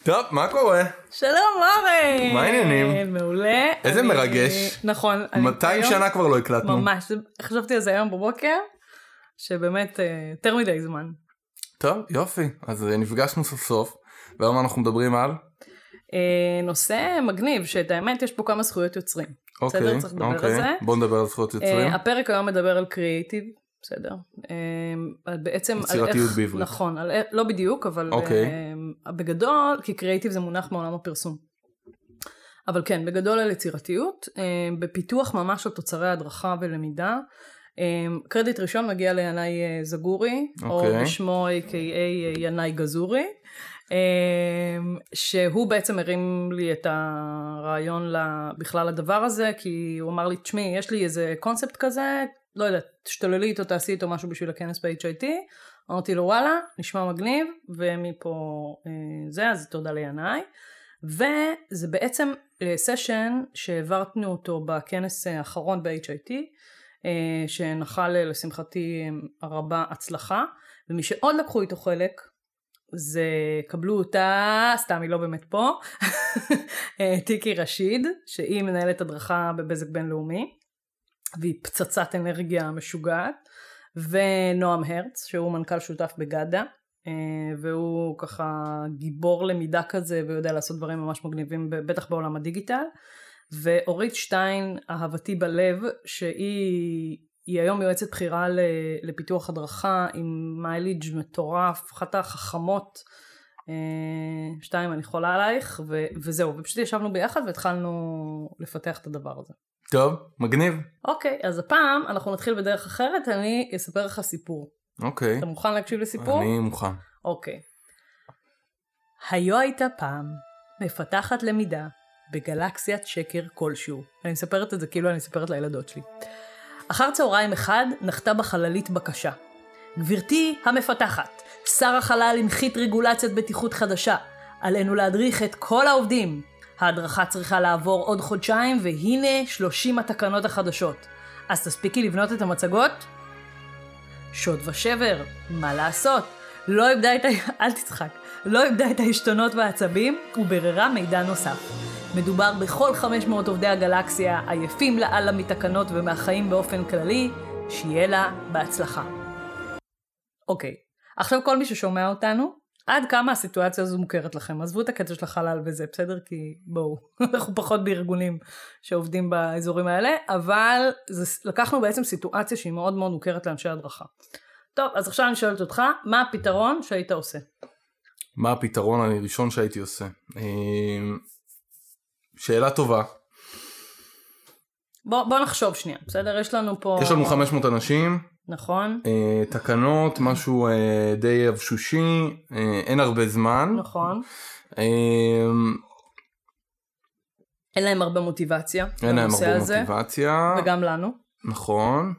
טוב, מה קורה? שלום אורן. מה העניינים? מעולה. איזה מרגש. נכון. 200 שנה כבר לא הקלטנו. ממש, חשבתי על זה היום בבוקר, שבאמת יותר מדי זמן. טוב, יופי. אז נפגשנו סוף סוף, והיום אנחנו מדברים על? נושא מגניב, שאת האמת יש פה כמה זכויות יוצרים. אוקיי, צריך לדבר על זה. בוא נדבר על זכויות יוצרים. הפרק היום מדבר על קריאייטיב, בסדר. בעצם יצירתיות בעברית. נכון, לא בדיוק, אבל בגדול, כי קריאייטיב זה מונח מעולם הפרסום. אבל כן, בגדול על יצירתיות, בפיתוח ממש של תוצרי הדרכה ולמידה. קרדיט ראשון מגיע לינאי זגורי, או בשמו a.k.a. ינאי גזורי, שהוא בעצם הרים לי את הרעיון בכלל הדבר הזה, כי הוא אמר לי, תשמעי, יש לי איזה קונספט כזה, לא יודעת, תשתוללי איתו, תעשי איתו משהו בשביל הכנס ב-HIT, אמרתי לו וואלה, נשמע מגניב, ומפה זה, אז תודה לינאי, וזה בעצם סשן שהעברתנו אותו בכנס האחרון ב-HIT, שנחל לשמחתי הרבה הצלחה, ומי שעוד לקחו איתו חלק, זה קבלו אותה, סתם היא לא באמת פה, טיקי רשיד, שהיא מנהלת הדרכה בבזק בינלאומי, והיא פצצת אנרגיה משוגעת, ונועם הרץ, שהוא מנכ"ל שותף בגדה, והוא ככה גיבור למידה כזה, ויודע לעשות דברים ממש מגניבים, בטח בעולם הדיגיטל, ואורית שטיין, אהבתי בלב, שהיא היום יועצת בחירה לפיתוח הדרכה, עם מיילג' מטורף, אחת החכמות, שתיים, אני חולה עלייך, וזהו, ופשוט ישבנו ביחד, והתחלנו לפתח את הדבר הזה. טוב, מגניב. אוקיי, אז הפעם אנחנו נתחיל בדרך אחרת, אני אספר לך סיפור. אוקיי. אתה מוכן להקשיב לסיפור? אני מוכן. אוקיי. היו הייתה פעם מפתחת למידה בגלקסיית שקר כלשהו. אני מספרת את זה כאילו אני מספרת לילדות שלי. אחר צהריים אחד נחתה בחללית בקשה. גברתי המפתחת, שר החלל הנחית רגולציית בטיחות חדשה. עלינו להדריך את כל העובדים. ההדרכה צריכה לעבור עוד חודשיים, והנה 30 התקנות החדשות. אז תספיקי לבנות את המצגות? שוד ושבר, מה לעשות? לא איבדה אל תצחק. לא איבדה את העשתונות והעצבים, ובררה מידע נוסף. מדובר בכל 500 עובדי הגלקסיה, עייפים לאללה מתקנות ומהחיים באופן כללי, שיהיה לה בהצלחה. אוקיי, עכשיו כל מי ששומע אותנו, עד כמה הסיטואציה הזו מוכרת לכם? עזבו את הקטע של החלל וזה, בסדר? כי בואו, אנחנו פחות בארגונים שעובדים באזורים האלה, אבל לקחנו בעצם סיטואציה שהיא מאוד מאוד מוכרת לאנשי הדרכה. טוב, אז עכשיו אני שואלת אותך, מה הפתרון שהיית עושה? מה הפתרון הראשון שהייתי עושה? שאלה טובה. בוא נחשוב שנייה, בסדר? יש לנו פה... יש לנו 500 אנשים. נכון. תקנות, משהו די אבשושי, אין הרבה זמן. נכון. אין להם הרבה מוטיבציה. אין להם הרבה מוטיבציה. וגם לנו. נכון.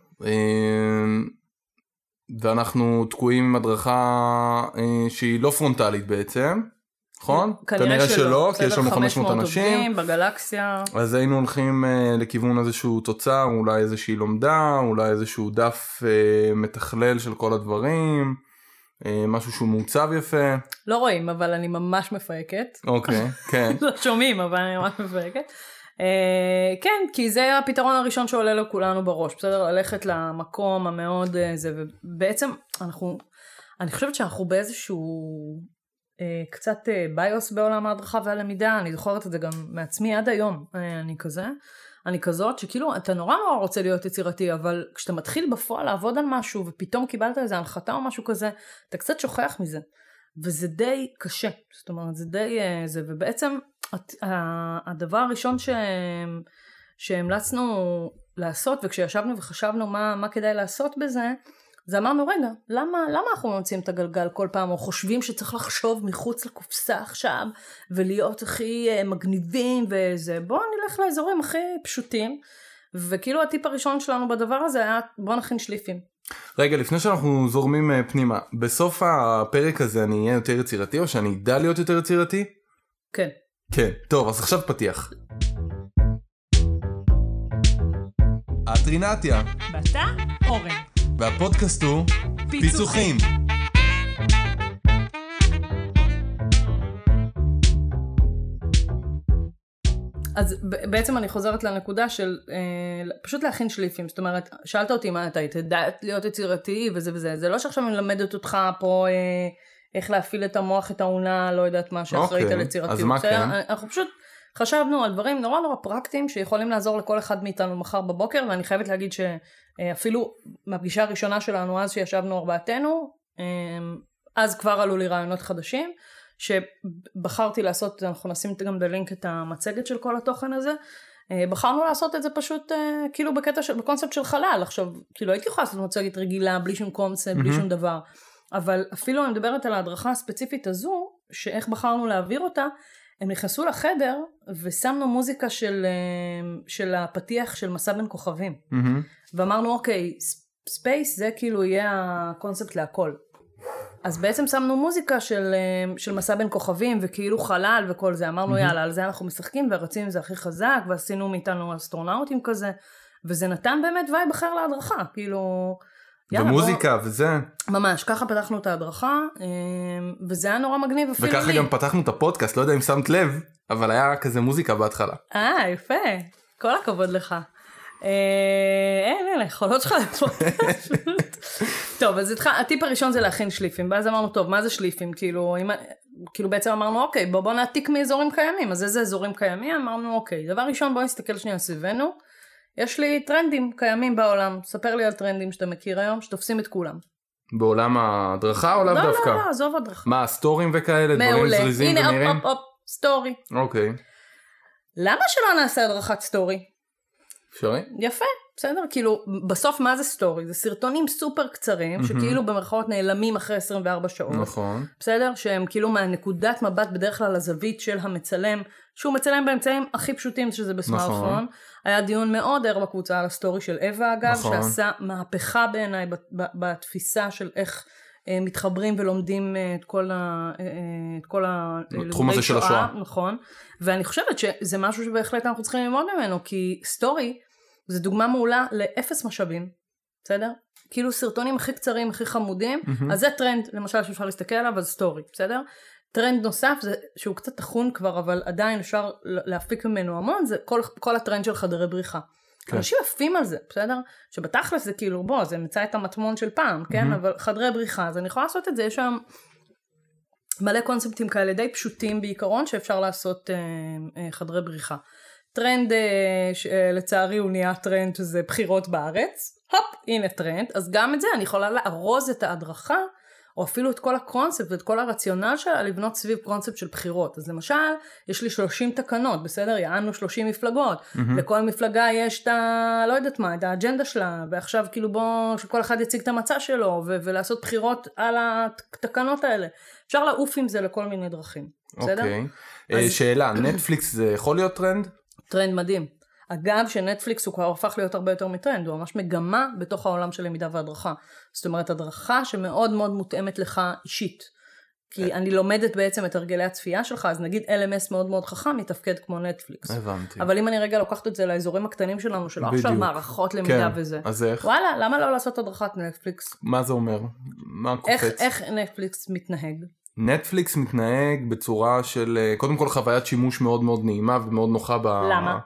ואנחנו תקועים עם הדרכה שהיא לא פרונטלית בעצם. נכון? כנראה שלא, כי יש לנו 500 אנשים. עובדים בגלקסיה. אז היינו הולכים לכיוון איזשהו תוצר, אולי איזושהי לומדה, אולי איזשהו דף מתכלל של כל הדברים, משהו שהוא מעוצב יפה. לא רואים, אבל אני ממש מפהקת. אוקיי, כן. לא שומעים, אבל אני ממש מפהקת. כן, כי זה הפתרון הראשון שעולה לכולנו בראש, בסדר? ללכת למקום המאוד זה, ובעצם אני חושבת שאנחנו באיזשהו... קצת ביוס בעולם ההדרכה והלמידה, אני זוכרת את זה גם מעצמי עד היום, אני כזאת שכאילו אתה נורא רוצה להיות יצירתי, אבל כשאתה מתחיל בפועל לעבוד על משהו, ופתאום קיבלת איזה הנחתה או משהו כזה, אתה קצת שוכח מזה, וזה די קשה, זאת אומרת זה די זה, ובעצם הדבר הראשון שהמלצנו לעשות, וכשישבנו וחשבנו מה כדאי לעשות בזה, אז אמרנו, רגע, למה אנחנו ממציאים את הגלגל כל פעם, או חושבים שצריך לחשוב מחוץ לקופסה עכשיו, ולהיות הכי מגניבים וזה, בואו נלך לאזורים הכי פשוטים, וכאילו הטיפ הראשון שלנו בדבר הזה היה, בואו נכין שליפים. רגע, לפני שאנחנו זורמים פנימה, בסוף הפרק הזה אני אהיה יותר יצירתי, או שאני אדע להיות יותר יצירתי? כן. כן, טוב, אז עכשיו פתיח. את רינתיה. ואתה אורן. והפודקאסט הוא פיצוחים. אז בעצם אני חוזרת לנקודה של פשוט להכין שליפים, זאת אומרת, שאלת אותי מה אתה יודעת להיות יצירתי וזה וזה, זה לא שעכשיו אני מלמדת אותך פה איך להפעיל את המוח, את העונה, לא יודעת מה שאחראית על יצירתיות. אז מה כן? אנחנו פשוט חשבנו על דברים נורא נורא פרקטיים שיכולים לעזור לכל אחד מאיתנו מחר בבוקר, ואני חייבת להגיד שאפילו מהפגישה הראשונה שלנו, אז שישבנו ארבעתנו, אז כבר עלו לי רעיונות חדשים, שבחרתי לעשות, אנחנו נשים גם בלינק את המצגת של כל התוכן הזה, בחרנו לעשות את זה פשוט כאילו בקונספט של חלל. עכשיו, כאילו הייתי יכולה לעשות מצגת רגילה, בלי שום קונספט, בלי שום דבר, אבל אפילו אני מדברת על ההדרכה הספציפית הזו, שאיך בחרנו להעביר אותה, הם נכנסו לחדר ושמנו מוזיקה של הפתיח של מסע בין כוכבים. ואמרנו, אוקיי, ספייס זה כאילו יהיה הקונספט להכל. אז בעצם שמנו מוזיקה של מסע בין כוכבים וכאילו חלל וכל זה. אמרנו יאללה, על זה אנחנו משחקים ורצים עם זה הכי חזק, ועשינו מאיתנו אסטרונאוטים כזה, וזה נתן באמת וייב אחר להדרכה, כאילו... ומוזיקה וזה. ממש, ככה פתחנו את ההדרכה, וזה היה נורא מגניב אפילו לי. וככה גם פתחנו את הפודקאסט, לא יודע אם שמת לב, אבל היה כזה מוזיקה בהתחלה. יפה, כל הכבוד לך. אין, יכולות שלך לפודקאסט. טוב, אז הטיפ הראשון זה להכין שליפים, ואז אמרנו, טוב, מה זה שליפים? כאילו בעצם אמרנו, אוקיי, בוא נעתיק מאזורים קיימים, אז איזה אזורים קיימים? אמרנו, אוקיי, דבר ראשון, בוא נסתכל שנייה סביבנו, יש לי טרנדים קיימים בעולם, ספר לי על טרנדים שאתה מכיר היום, שתופסים את כולם. בעולם ההדרכה או לאו דווקא? לא, עזוב הדרכה. מה, סטורים וכאלה, דברים זריזים ונראים? הנה, סטורי. אוקיי. למה שלא נעשה הדרכת סטורי? אפשרי? יפה, בסדר? כאילו, בסוף מה זה סטורי? זה סרטונים סופר קצרים, שכאילו במרכאות נעלמים אחרי 24 שעות. נכון. בסדר? שהם כאילו מהנקודת מבט בדרך כלל הזווית של המצלם, שהוא מצלם באמצעים הכי פשוטים שזה בסמארטפון. נכון. היה דיון מאוד ער בקבוצה על הסטורי של אווה אגב, נכון. שעשה מהפכה בעיניי בתפיסה של איך מתחברים ולומדים את כל התחום הזה של השואה. נכון. ואני חושבת שזה משהו שבהחלט אנחנו צריכים ללמוד ממנו, כי סטורי זה דוגמה מעולה לאפס משאבים, בסדר? כאילו סרטונים הכי קצרים, הכי חמודים, אז זה טרנד, למשל שאפשר להסתכל עליו, אז סטורי, בסדר? טרנד נוסף, זה, שהוא קצת תחון כבר, אבל עדיין אפשר להפיק ממנו המון, זה כל הטרנד של חדרי בריחה. אנשים עפים על זה, בסדר? שבתכלס זה כאילו, זה מצא את המטמון של פעם, כן? אבל חדרי בריחה, אז אני יכולה לעשות את זה, יש שם מלא קונספטים כאלה די פשוטים בעיקרון, שאפשר לעשות חדרי בריחה. טרנד, לצערי הוא נהיה טרנד, שזה בחירות בארץ, הנה טרנד, אז גם את זה אני יכולה לארוז את ההדרכה, או אפילו את כל הקונספט ואת כל הרציונל שלה, לבנות סביב קונספט של בחירות. אז למשל, יש לי 30 תקנות, בסדר? יענו 30 מפלגות. לכל מפלגה יש את לא יודעת מה, את האג'נדה שלה, ועכשיו כאילו שכל אחד יציג את המצע שלו, ולעשות בחירות על התקנות האלה. אפשר לעוף עם זה לכל מיני דרכים. בסדר? אוקיי. שאלה, נטפליקס זה יכול להיות טרנד? טרנד מדהים. אגב, שנטפליקס הוא כבר הפך להיות הרבה יותר מטרנד, הוא ממש מגמה בתוך העולם של למידה והדרכה. זאת אומרת, הדרכה שמאוד מאוד מותאמת לך אישית. כי אני לומדת בעצם את הרגלי הצפייה שלך, אז נגיד LMS מאוד מאוד חכם, יתפקד כמו נטפליקס. הבנתי. אבל אם אני רגע לוקחת את זה לאזורים הקטנים שלנו, שלא עכשיו מערכות למידה וזה. אז איך? וואלה, למה לא לעשות הדרכת נטפליקס? מה זה אומר? מה קופץ? איך נטפליקס מתנהג? נטפליקס מתנהג בצורה של, קודם כל חוויית שימוש מאוד מאוד נעימה ומאוד נוחה למה?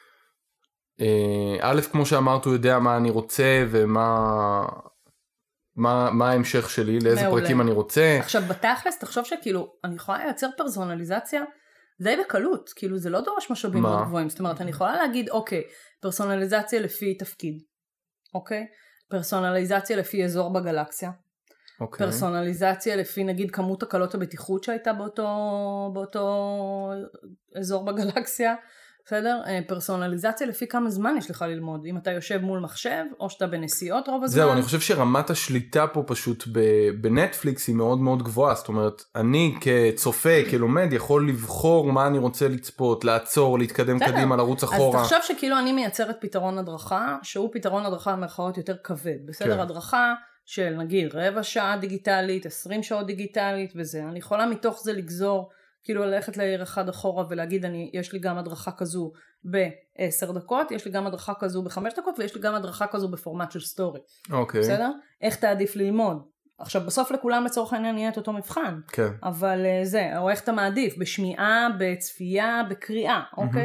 א', כמו שאמרת, הוא יודע מה אני רוצה ומה ההמשך שלי, לאיזה פרקים אני רוצה. עכשיו בתכלס, תחשוב שכאילו, אני יכולה לייצר פרסונליזציה די בקלות, כאילו זה לא דורש משאבים מאוד גבוהים, זאת אומרת, אני יכולה להגיד, אוקיי, פרסונליזציה לפי תפקיד, אוקיי? פרסונליזציה לפי אזור בגלקסיה, פרסונליזציה לפי נגיד כמות הקלות הבטיחות שהייתה באותו אזור בגלקסיה, בסדר? פרסונליזציה לפי כמה זמן יש לך ללמוד, אם אתה יושב מול מחשב או שאתה בנסיעות רוב הזמן. זהו, אני חושב שרמת השליטה פה פשוט בנטפליקס היא מאוד מאוד גבוהה, זאת אומרת, אני כצופה, כלומד, יכול לבחור מה אני רוצה לצפות, לעצור, להתקדם קדימה, לרוץ אחורה. אז תחשוב שכאילו אני מייצרת פתרון הדרכה, שהוא פתרון הדרכה במרכאות יותר כבד, בסדר? הדרכה של נגיד רבע שעה דיגיטלית, 20 שעות דיגיטלית וזה, אני יכולה מתוך זה לגזור כאילו ללכת לעיר אחד אחורה ולהגיד, יש לי גם הדרכה כזו ב-10 דקות, יש לי גם הדרכה כזו ב-5 דקות, ויש לי גם הדרכה כזו בפורמט של סטורי. אוקיי. בסדר? איך תעדיף ללמוד? עכשיו, בסוף לכולם לצורך העניין יהיה את אותו מבחן. כן. אבל זה, או איך אתה מעדיף? בשמיעה, בצפייה, בקריאה, אוקיי?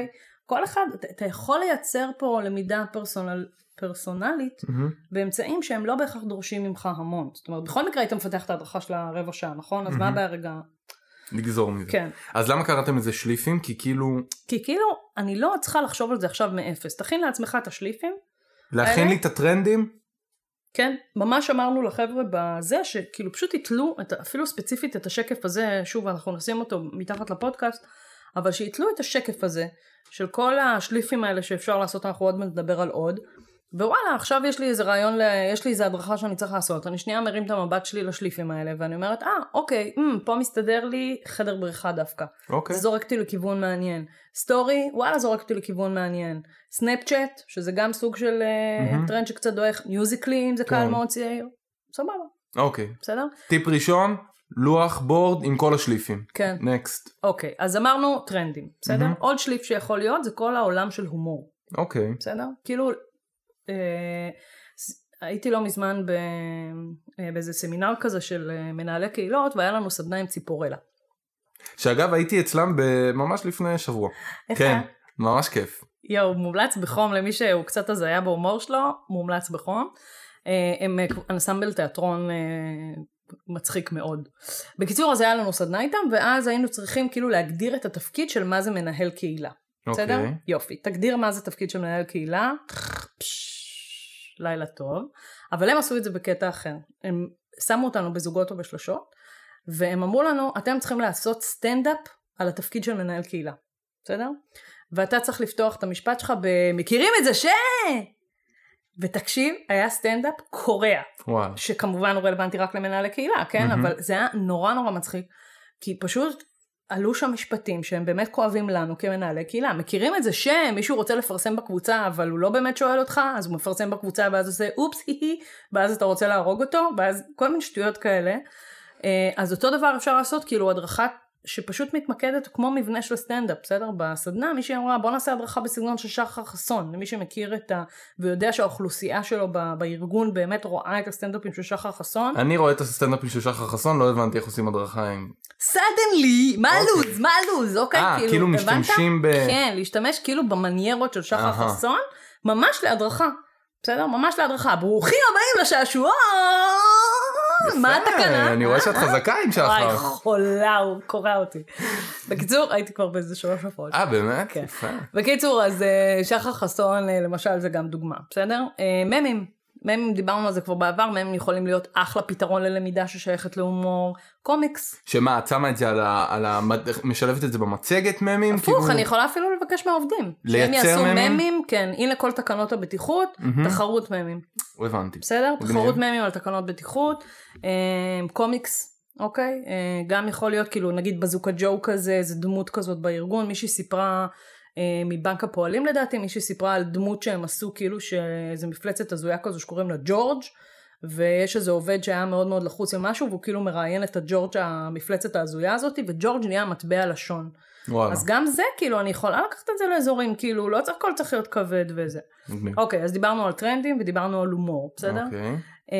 כל אחד, אתה יכול לייצר פה למידה פרסונלית, באמצעים שהם לא בהכרח דורשים ממך המון. זאת אומרת, בכל מקרה היית מפתח את ההדרכה של הרבע שעה, נכון? אז מה הבעיה רגע? לגזור מזה. כן. אז למה קראתם לזה שליפים? כי כאילו, אני לא צריכה לחשוב על זה עכשיו מאפס. תכין לעצמך את השליפים. להכין לי את הטרנדים? כן, ממש אמרנו לחבר'ה בזה, שכאילו פשוט יתלו, אפילו ספציפית את השקף הזה, שוב אנחנו נשים אותו מתחת לפודקאסט, אבל שיתלו את השקף הזה, של כל השליפים האלה שאפשר לעשות, אנחנו עוד מדבר על עוד, ווואלה, עכשיו יש לי איזה רעיון, יש לי איזה הדרכה שאני צריך לעשות, אני שנייה מרים את המבט שלי לשליפים האלה, ואני אומרת, אוקיי, פה מסתדר לי חדר בריחה דווקא. אוקיי. זה זורקתי לכיוון מעניין. סטורי, וואלה, זורקתי לכיוון מעניין. סנאפצ'אט, שזה גם סוג של טרנד שקצת דואך, מיוזיקלי, אם זה קהל מאוד צעיר, סבבה. אוקיי. בסדר? טיפ ראשון, לוח בורד עם כל השליפים. כן. נקסט. אוקיי, אז אמרנו טרנדים, בסדר? עוד שליף שיכול להיות, זה כל העולם של הומור. אוקיי. בסדר? כאילו, הייתי לא מזמן באיזה סמינר כזה של מנהלי קהילות, והיה לנו סדנה עם ציפורלה. שאגב, הייתי אצלם ממש לפני שבוע. כן, ממש כיף. יואו, מומלץ בחום למי שהוא קצת הזיה בהומור שלו, מומלץ בחום. הם אנסמבל תיאטרון מצחיק מאוד. בקיצור, אז היה לנו סדנה איתם, ואז היינו צריכים כאילו להגדיר את התפקיד של מה זה מנהל קהילה. בסדר? יופי. תגדיר מה זה תפקיד של מנהל קהילה. לילה טוב. אבל הם עשו את זה בקטע אחר. הם שמו אותנו בזוגות או בשלושות, והם אמרו לנו, אתם צריכים לעשות סטנדאפ על התפקיד של מנהל קהילה. בסדר? ואתה צריך לפתוח את המשפט שלך מכירים את זה ותקשיב, היה סטנדאפ קורע. וואו. שכמובן הוא רלוונטי רק למנהלי קהילה, כן? אבל זה היה נורא נורא מצחיק, כי פשוט עלו שם משפטים שהם באמת כואבים לנו כמנהלי קהילה. מכירים את זה שמישהו רוצה לפרסם בקבוצה, אבל הוא לא באמת שואל אותך, אז הוא מפרסם בקבוצה, ואז הוא עושה אופס, ואז אתה רוצה להרוג אותו, ואז כל מיני שטויות כאלה. אז אותו דבר אפשר לעשות, כאילו הדרכה שפשוט מתמקדת כמו מבנה של סטנדאפ, בסדר? בסדנה מישהי אמרה, בוא נעשה הדרכה בסגנון של שחר חסון, למי שמכיר ויודע שהאוכלוסייה שלו בארגון באמת רואה את הסטנדאפים של שחר חסון. אני רואה את הסטנדאפים של שחר חסון, לא הבנתי איך עושים הדרכה עם... סדנלי, מה הלוז? אוקיי, כאילו משתמשים כן, להשתמש כאילו במניירות של שחר חסון, ממש להדרכה, בסדר? ממש להדרכה. ברוכים הבאים לשעשועון! מה התקנה? אני רואה שאת חזקה עם שחר. וואי, חולה, הוא קורא אותי. בקיצור, הייתי כבר באיזה 3 שפות. באמת? כן. יפה. בקיצור, אז שחר חסון, למשל, זה גם דוגמה, בסדר? ממים, דיברנו על זה כבר בעבר, ממים יכולים להיות אחלה פתרון ללמידה ששייכת להומור, קומיקס. שמה, את שמה את זה משלבת את זה במצגת ממים? הפוך, אני יכולה אפילו לבקש מהעובדים. לייצר ממים? כן, הנה כל תקנות הבטיחות, תחרות ממים. הבנתי. בסדר? תחרות ממים על תקנות בטיחות, קומיקס, אוקיי? גם יכול להיות, כאילו, נגיד בזוקה ג'ו כזה, איזה דמות כזאת בארגון, מישהי סיפרה מבנק הפועלים לדעתי, מישהי סיפרה על דמות שהם עשו, כאילו שאיזה מפלצת הזויה כזו שקוראים לה ג'ורג', ויש איזה עובד שהיה מאוד מאוד לחוץ למשהו, והוא כאילו מראיין את הג'ורג' המפלצת הזויה הזאת, וג'ורג' נהיה מטבע לשון. וואלה. אז גם זה, כאילו, אני יכולה לקחת את זה לאזורים, כאילו, לא צריך להיות כבד וזה. אוקיי, אז דיברנו על טרנדים, ודיברנו על הומור, בסדר? אוקיי.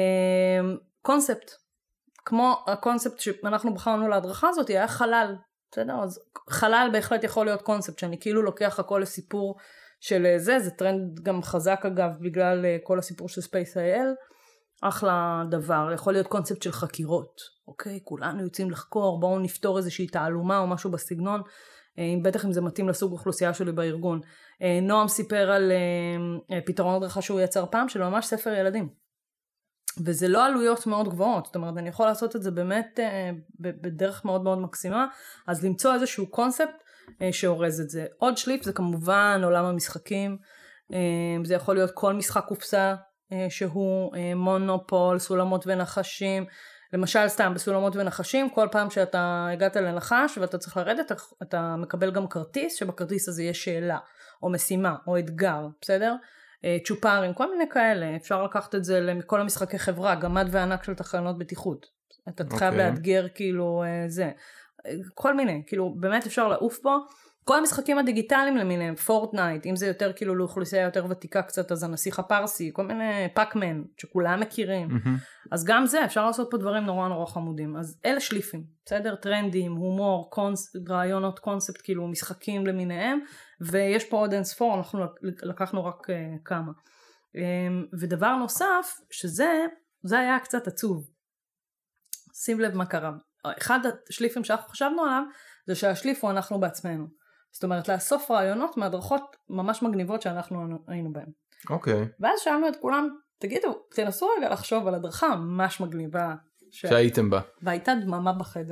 קונספט, כמו הקונספט שאנחנו בחרנו להדרכה הזאת, היה חלל, בסדר? אז חלל בהחלט יכול להיות קונספט, שאני כאילו לוקח הכל לסיפור של זה טרנד גם חזק אגב, בגלל כל הסיפור של Space.il, אחלה דבר, יכול להיות קונספט של חקירות, אוקיי? כולנו יוצאים לחקור, בואו נפתור איזושהי תעלומה או משהו בסגנון, בטח אם זה מתאים לסוג אוכלוסייה שלי בארגון. נועם סיפר על פתרון הדרכה שהוא יצר פעם, שלו ממש ספר ילדים. וזה לא עלויות מאוד גבוהות, זאת אומרת, אני יכול לעשות את זה באמת בדרך מאוד מאוד מקסימה, אז למצוא איזשהו קונספט שאורז את זה. עוד שליף זה כמובן עולם המשחקים, זה יכול להיות כל משחק קופסה, שהוא מונופול, סולמות ונחשים, למשל סתם בסולמות ונחשים, כל פעם שאתה הגעת לנחש ואתה צריך לרדת, אתה מקבל גם כרטיס, שבכרטיס הזה יש שאלה, או משימה, או אתגר, בסדר? צ'ופרים, כל מיני כאלה, אפשר לקחת את זה לכל המשחקי חברה, גמד וענק של תחנות בטיחות, אתה חייב לאתגר כאילו זה, כל מיני, כאילו באמת אפשר לעוף פה, כל המשחקים הדיגיטליים למיניהם, פורטנייט, אם זה יותר כאילו לאוכלוסייה יותר ותיקה קצת, אז הנסיך הפרסי, כל מיני פאקמן, שכולם מכירים. אז גם זה, אפשר לעשות פה דברים נורא נורא חמודים. אז אלה שליפים, בסדר? טרנדים, הומור, רעיונות, קונספט, כאילו משחקים למיניהם, ויש פה עוד אין ספור, אנחנו לקחנו רק כמה. ודבר נוסף, שזה היה קצת עצוב. שים לב מה קרה. אחד השליפים שאנחנו חשבנו עליו, זה שהשליף הוא אנחנו בעצמנו. זאת אומרת, לאסוף רעיונות מהדרכות ממש מגניבות שאנחנו היינו בהן. אוקיי. ואז שאלנו את כולם, תגידו, תנסו רגע לחשוב על הדרכה ממש מגניבה. שהייתם בה. והייתה דממה בחדר.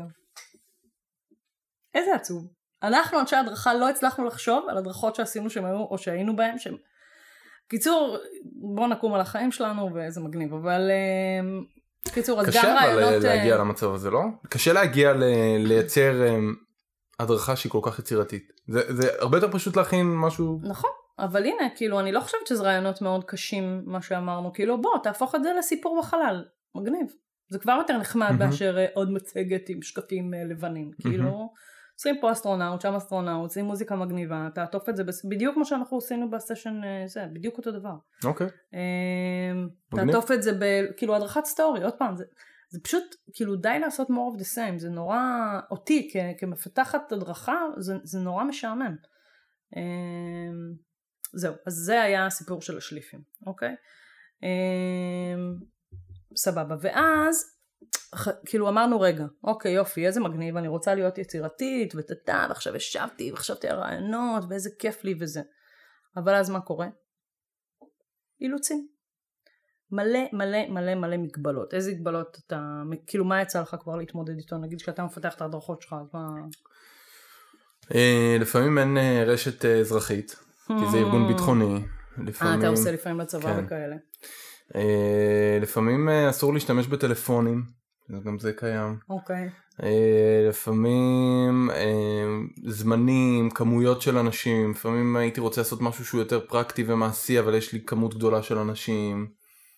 איזה עצוב. אנחנו, אנשי הדרכה, לא הצלחנו לחשוב על הדרכות שעשינו שהם היו, או שהיינו בהן. קיצור, בואו נקום על החיים שלנו, ואיזה מגניב. אבל קיצור, אז גם רעיונות... קשה להגיע למצב הזה, לא? קשה להגיע לייצר הדרכה שהיא כל כך יצירתית. זה הרבה יותר פשוט להכין משהו... נכון, אבל הנה, כאילו, אני לא חושבת שזה רעיונות מאוד קשים, מה שאמרנו. כאילו, בוא, תהפוך את זה לסיפור בחלל. מגניב. זה כבר יותר נחמד באשר עוד מצגת עם שקפים לבנים. כאילו, עושים פה אסטרונאוט, שם אסטרונאוט, עושים מוזיקה מגניבה, תעטוף את זה בדיוק כמו שאנחנו עשינו בסשן, זה, בדיוק אותו דבר. אוקיי. תעטוף את זה כאילו הדרכת סטורי, עוד פעם, זה פשוט כאילו די לעשות more of the same, זה נורא, אותי כמפתחת הדרכה, זה נורא משעמם. זהו, אז זה היה הסיפור של השליפים, אוקיי? סבבה, ואז כאילו אמרנו רגע, אוקיי יופי, איזה מגניב, אני רוצה להיות יצירתית ותתה, ועכשיו וחשבתי על רעיונות ואיזה כיף לי וזה. אבל אז מה קורה? אילוצים. מלא מלא מלא מלא מגבלות. איזה מגבלות אתה, כאילו מה יצא לך כבר להתמודד איתו? נגיד שאתה מפתח את הדרכות שלך, אז מה... לפעמים אין רשת אזרחית, כי זה ארגון ביטחוני. אתה עושה לפעמים בצבא וכאלה. לפעמים אסור להשתמש בטלפונים, גם זה קיים. אוקיי. לפעמים זמנים, כמויות של אנשים, לפעמים הייתי רוצה לעשות משהו שהוא יותר פרקטי ומעשי, אבל יש לי כמות גדולה של אנשים.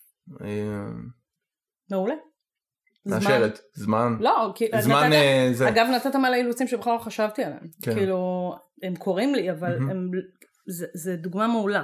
מעולה. מאשרת, זמן. לא, זמן זה. אגב נתת מלא אילוצים שבכלל לא חשבתי עליהם. כאילו, הם קוראים לי, אבל זה דוגמה מעולה.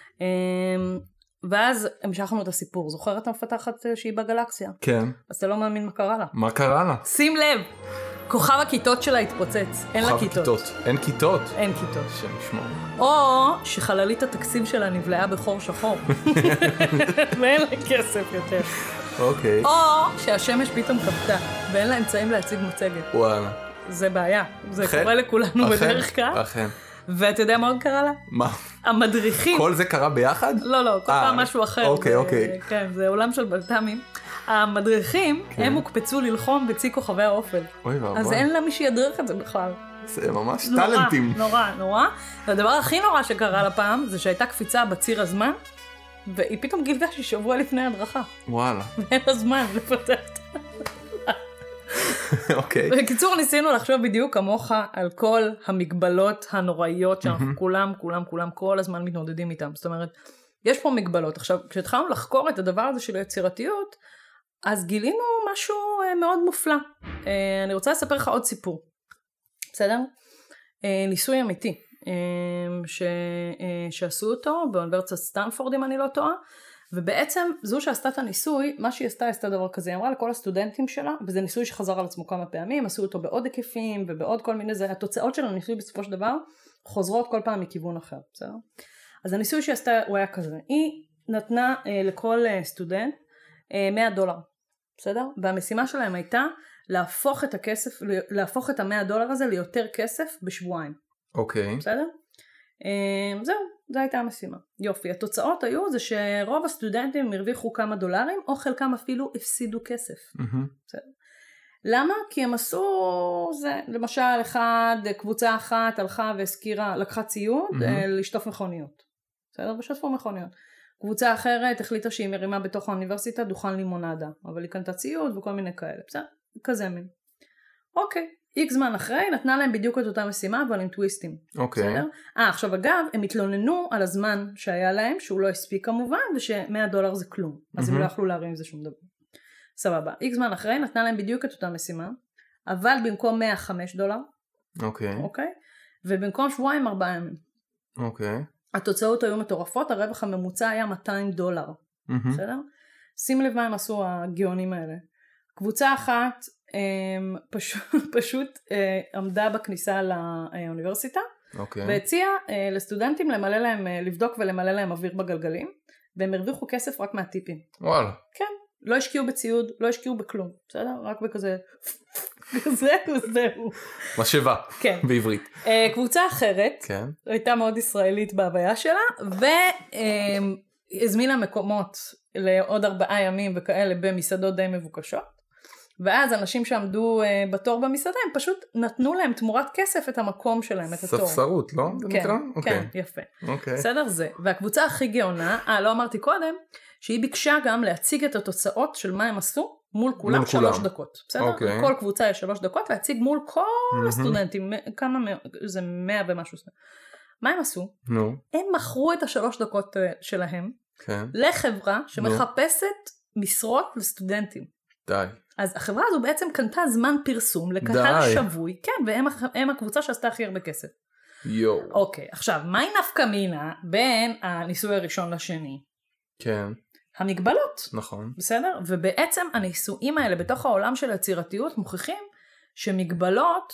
ואז המשכנו את הסיפור. זוכרת המפתחת שהיא בגלקסיה? כן. אז אתה לא מאמין מה קרה לה. מה קרה לה? שים לב, כוכב הכיתות שלה התפוצץ. אין לה כיתות. אין כיתות? אין כיתות. שנשמור. או שחללית התקציב שלה נבלעה בחור שחור. ואין לה כסף יותר. אוקיי. או שהשמש פתאום כבתה, ואין לה אמצעים להציג מצגת. וואלה. זה בעיה. זה קורה לכולנו בדרך כלל. אכן. ואתה יודע מה עוד קרה לה? מה? המדריכים. כל זה קרה ביחד? לא, כל פעם משהו אחר. אוקיי. כן, זה עולם של בלת"מים. המדריכים, הם הוקפצו ללחום בצי כוכבי האופל. אוי ואבוי. אז אין לה מי שידריך את זה בכלל. זה ממש טלנטים. נורא. והדבר הכי נורא שקרה לה פעם, זה שהייתה קפיצה בציר הזמן, והיא פתאום גילתה שהיא שבוע לפני הדרכה. וואלה. ואין לה זמן לפתח את זה. אוקיי. בקיצור, ניסינו לחשוב בדיוק כמוך על כל המגבלות הנוראיות שאנחנו כולם כל הזמן מתמודדים איתם. זאת אומרת, יש פה מגבלות. עכשיו, כשהתחלנו לחקור את הדבר הזה של היצירתיות, אז גילינו משהו מאוד מופלא. אני רוצה לספר לך עוד סיפור. בסדר? ניסוי אמיתי. שעשו אותו באוניברסיטת סטנפורד, אם אני לא טועה. ובעצם זו שעשתה את הניסוי, מה שהיא עשתה דבר כזה, היא אמרה לכל הסטודנטים שלה, וזה ניסוי שחזר על עצמו כמה פעמים, עשו אותו בעוד היקפים ובעוד כל מיני, זה התוצאות של הניסוי בסופו של דבר, חוזרות כל פעם מכיוון אחר, בסדר? אז הניסוי שהיא עשתה הוא היה כזה, היא נתנה לכל סטודנט $100, בסדר? והמשימה שלהם הייתה להפוך את הכסף, להפוך את $100 הזה ליותר כסף בשבועיים. אוקיי. בסדר? זהו. זו הייתה המשימה. יופי, התוצאות היו זה שרוב הסטודנטים הרוויחו כמה דולרים, או חלקם אפילו הפסידו כסף. למה? כי הם עשו, זה, למשל קבוצה אחת הלכה והזכירה, לקחה ציוד לשטוף מכוניות. בסדר? ושטפו מכוניות. קבוצה אחרת החליטה שהיא מרימה בתוך האוניברסיטה דוכן לימונדה, אבל היא קנתה ציוד וכל מיני כאלה. בסדר? כזה מין. אוקיי. X זמן אחרי, נתנה להם בדיוק את אותה משימה, אבל עם טוויסטים. אוקיי. בסדר? עכשיו אגב, הם התלוננו על הזמן שהיה להם, שהוא לא הספיק כמובן, וש$100 זה כלום. אז הם לא יכלו להרים עם זה שום דבר. סבבה. X זמן אחרי, נתנה להם בדיוק את אותה משימה, אבל במקום $105. אוקיי. אוקיי? ובמקום שבועיים 4 ימים. אוקיי. התוצאות היו מטורפות, הרווח הממוצע היה $200. בסדר? שים לב מה הם עשו הגאונים האלה. קבוצה אחת פשוט עמדה בכניסה לאוניברסיטה, והציעה לסטודנטים למלא להם, לבדוק ולמלא להם אוויר בגלגלים, והם הרוויחו כסף רק מהטיפים. וואלה. כן, לא השקיעו בציוד, לא השקיעו בכלום, בסדר? רק בכזה, זהו. משאבה, בעברית. קבוצה אחרת, הייתה מאוד ישראלית בהוויה שלה, והזמינה מקומות לעוד 4 ימים וכאלה במסעדות די מבוקשות, ואז אנשים שעמדו בתור במסעדה, הם פשוט נתנו להם תמורת כסף את המקום שלהם, את התור. ספסרות, לא? כן, יפה. בסדר זה. והקבוצה הכי גאונה, לא אמרתי קודם, שהיא ביקשה גם להציג את התוצאות של מה הם עשו, מול כולם 3 דקות. בסדר? כל קבוצה יש 3 דקות, להציג מול כל הסטודנטים, כמה, זה 100 ומשהו. מה הם עשו? הם מכרו את 3 דקות שלהם, לחברה שמחפשת משרות לסטודנטים. די. אז החברה הזו בעצם קנתה זמן פרסום לקהל שבוי, כן, והם הקבוצה שעשתה הכי הרבה כסף. אוקיי, עכשיו, מהי נפקא מינה בין הניסוי הראשון לשני? כן. המגבלות. נכון. בסדר? ובעצם הניסויים האלה בתוך העולם של היצירתיות מוכיחים שמגבלות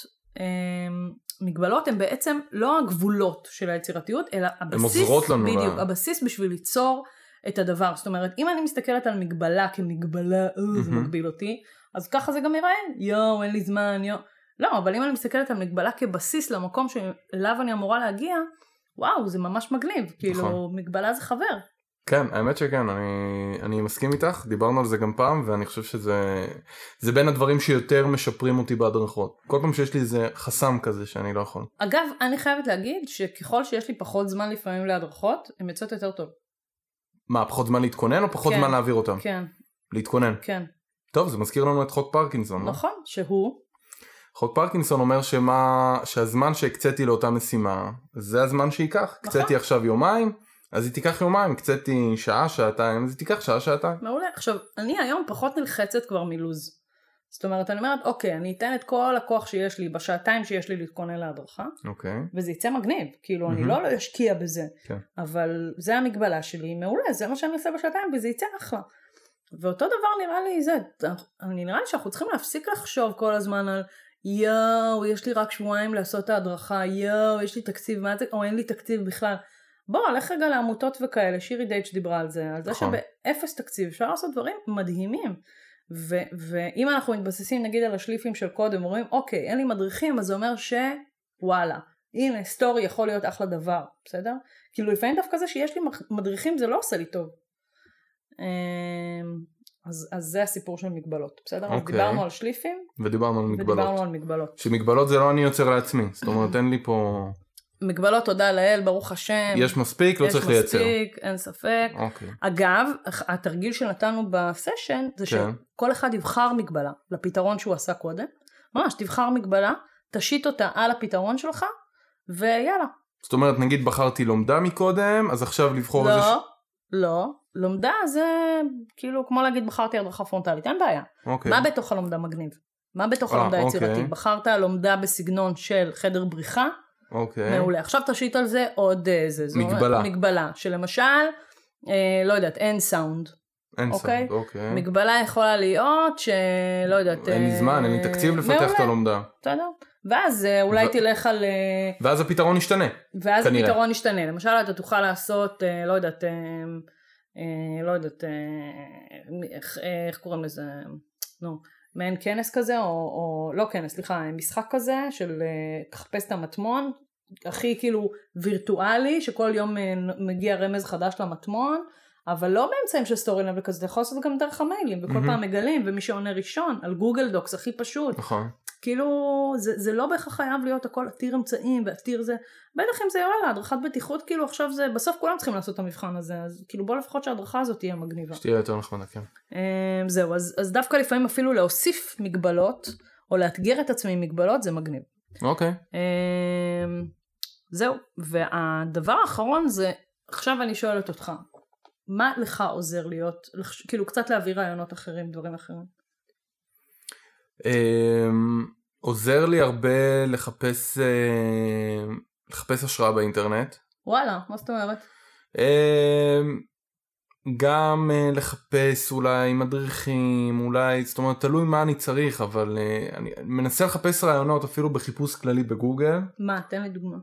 הן בעצם לא הגבולות של היצירתיות, אלא הבסיס, הן עוזרות לנו. בדיוק, הבסיס בשביל ליצור את הדבר. זאת אומרת, אם אני מסתכלת על מגבלה כמגבלה, זה מגביל אותי, אז ככה זה גם יראה, אין לי זמן, לא, אבל אם אני מסתכלת על מגבלה כבסיס למקום שאליו אני אמורה להגיע, וואו, זה ממש מגניב, כאילו, מגבלה זה חבר. כן, האמת שכן, אני מסכים איתך, דיברנו על זה גם פעם, ואני חושב שזה בין הדברים שיותר משפרים אותי בהדרכות. כל פעם שיש לי איזה חסם כזה שאני לא יכול. אגב, אני חייבת להגיד שככל שיש לי פחות זמן לפעמים להדרכות, הן יוצאות יותר טוב. מה, פחות זמן להתכונן או פחות זמן להעביר אותם? כן. להתכונן? כן. טוב, זה מזכיר לנו את חוק פרקינסון, לא? נכון, שהוא? חוק פרקינסון אומר שהזמן שהקציתי לאותה משימה, זה הזמן שייקח. הקציתי עכשיו יומיים, אז היא תיקח יומיים, הקציתי שעה, שעתיים, אז היא תיקח שעה, שעתיים. מעולה. עכשיו, אני היום פחות נלחצת כבר מלוז. זאת אומרת, אני אומרת, אוקיי, אני אתן את כל הכוח שיש לי, בשעתיים שיש לי להתכונן להדרכה, וזה יצא מגניב, כאילו, אני לא אשקיע בזה, אבל זה המגבלה שלי, מעולה, זה מה שאני עושה בשעתיים, וזה יצא אחלה. ואותו דבר נראה לי נראה לי שאנחנו צריכים להפסיק לחשוב כל הזמן על, יש לי רק שבועיים לעשות את ההדרכה, יש לי תקציב, או אין לי תקציב בכלל. בוא, הלך רגע לעמותות וכאלה, שירי דייץ' דיברה על זה שבאפס תקציב אפשר לעשות דברים מדהימים. ואם אנחנו מתבססים נגיד על השליפים של קודם, אומרים אוקיי, אין לי מדריכים, אז זה אומר שוואלה, הנה, סטורי יכול להיות אחלה דבר, בסדר? כאילו לפעמים דווקא זה שיש לי מדריכים זה לא עושה לי טוב. אז זה הסיפור של מגבלות, בסדר? אז דיברנו על שליפים ודיברנו על מגבלות. שמגבלות זה לא אני יוצר לעצמי, זאת אומרת אין לי פה... מגבלות, תודה לאל, ברוך השם. יש מספיק, לא צריך לייצר. יש מספיק, אין ספק. אגב, התרגיל שנתנו בסשן, זה שכל אחד יבחר מגבלה לפתרון שהוא עשה קודם. ממש, תבחר מגבלה, תשית אותה על הפתרון שלך, ויאללה. זאת אומרת, נגיד בחרתי לומדה מקודם, אז עכשיו לבחור איזה... לא, לומדה זה כאילו, כמו להגיד, בחרתי הדרכה פרונטלית, אין בעיה. מה בתוך הלומדה מגניב? מה בתוך הלומדה יצירתית? בחרת לומדה בסגנון של חדר בריחה, מעולה. עכשיו תשית על זה עוד מגבלה, שלמשל, לא יודעת, אין סאונד. מגבלה יכולה להיות שלא יודעת... אין לי זמן, אין לי תקציב לפתח את הלומדה. בסדר. ואז אולי תלך על... ואז הפתרון ישתנה. ואז הפתרון ישתנה. למשל, אתה תוכל לעשות, לא יודעת, איך קוראים לזה? מעין כנס כזה, או לא כנס, סליחה, משחק כזה של תחפש את המטמון, הכי כאילו וירטואלי, שכל יום מגיע רמז חדש למטמון, אבל לא באמצעים של סטורי לב וכזה, אתה יכול לעשות גם דרך המיילים, וכל פעם מגלים, ומי שעונה ראשון, על גוגל דוקס, הכי פשוט. נכון. כאילו, זה לא בהכרח חייב להיות הכל עתיר אמצעים, ועתיר זה, בטח אם זה יואלה, הדרכת בטיחות, כאילו עכשיו זה, בסוף כולם צריכים לעשות את המבחן הזה, אז כאילו בוא לפחות שההדרכה הזאת תהיה מגניבה. שתהיה יותר נחמדה, כן. זהו, אז דווקא לפעמים אפילו להוסיף מגבלות, או לאתגר את עצמי עם מגבלות, זה מגניב. אוקיי. זהו, והדבר האחרון זה, עכשיו אני שואלת אותך, מה לך עוזר להיות, כאילו קצת להביא רעיונות אחרים, דברים אחרים? עוזר לי הרבה לחפש לחפש השראה באינטרנט. וואלה, מה זאת אומרת? גם לחפש אולי מדריכים, אולי, זאת אומרת, תלוי מה אני צריך, אבל אני מנסה לחפש רעיונות אפילו בחיפוש כללי בגוגל. מה? תן לי דוגמה.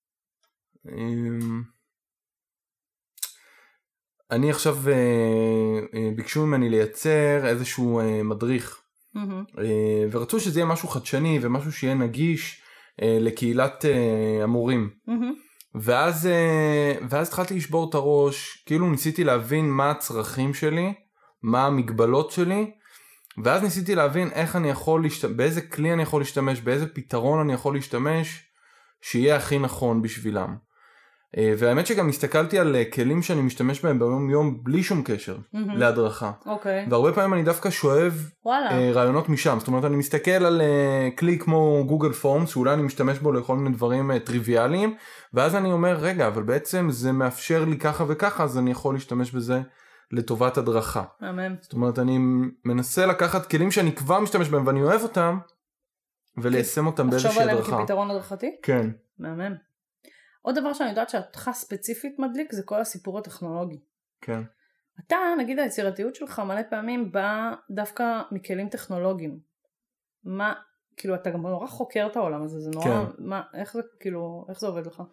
אני עכשיו, ביקשו ממני לייצר איזשהו מדריך, ורצו שזה יהיה משהו חדשני ומשהו שיהיה נגיש לקהילת המורים. ואז התחלתי לשבור את הראש, כאילו ניסיתי להבין מה הצרכים שלי, מה המגבלות שלי, ואז ניסיתי להבין איך אני יכול באיזה כלי אני יכול להשתמש, באיזה פתרון אני יכול להשתמש, שיהיה הכי נכון בשבילם. והאמת שגם הסתכלתי על כלים שאני משתמש בהם ביום יום בלי שום קשר להדרכה. והרבה פעמים אני דווקא שואב רעיונות משם. זאת אומרת, אני מסתכל על כלי כמו גוגל פורמס, שאולי אני משתמש בו לכל מיני דברים טריוויאליים, ואז אני אומר, רגע, אבל בעצם זה מאפשר לי ככה וככה, אז אני יכול להשתמש בזה לטובת הדרכה. זאת אומרת, אני מנסה לקחת כלים שאני כבר משתמש בהם ואני אוהב אותם, וליישם אותם באיזושהי הדרכה. לחשוב עליהם כפתרון הדרכתי? כן. מהמם. עוד דבר שאני יודעת שאתך ספציפית מדליק זה כל הסיפור הטכנולוגי. כן. אתה, נגיד היצירתיות שלך מלא פעמים באה דווקא מכלים טכנולוגיים. מה, כאילו אתה גם נורא חוקר את העולם הזה, זה נורא, כן. מה, איך זה, כאילו, איך זה עובד לך?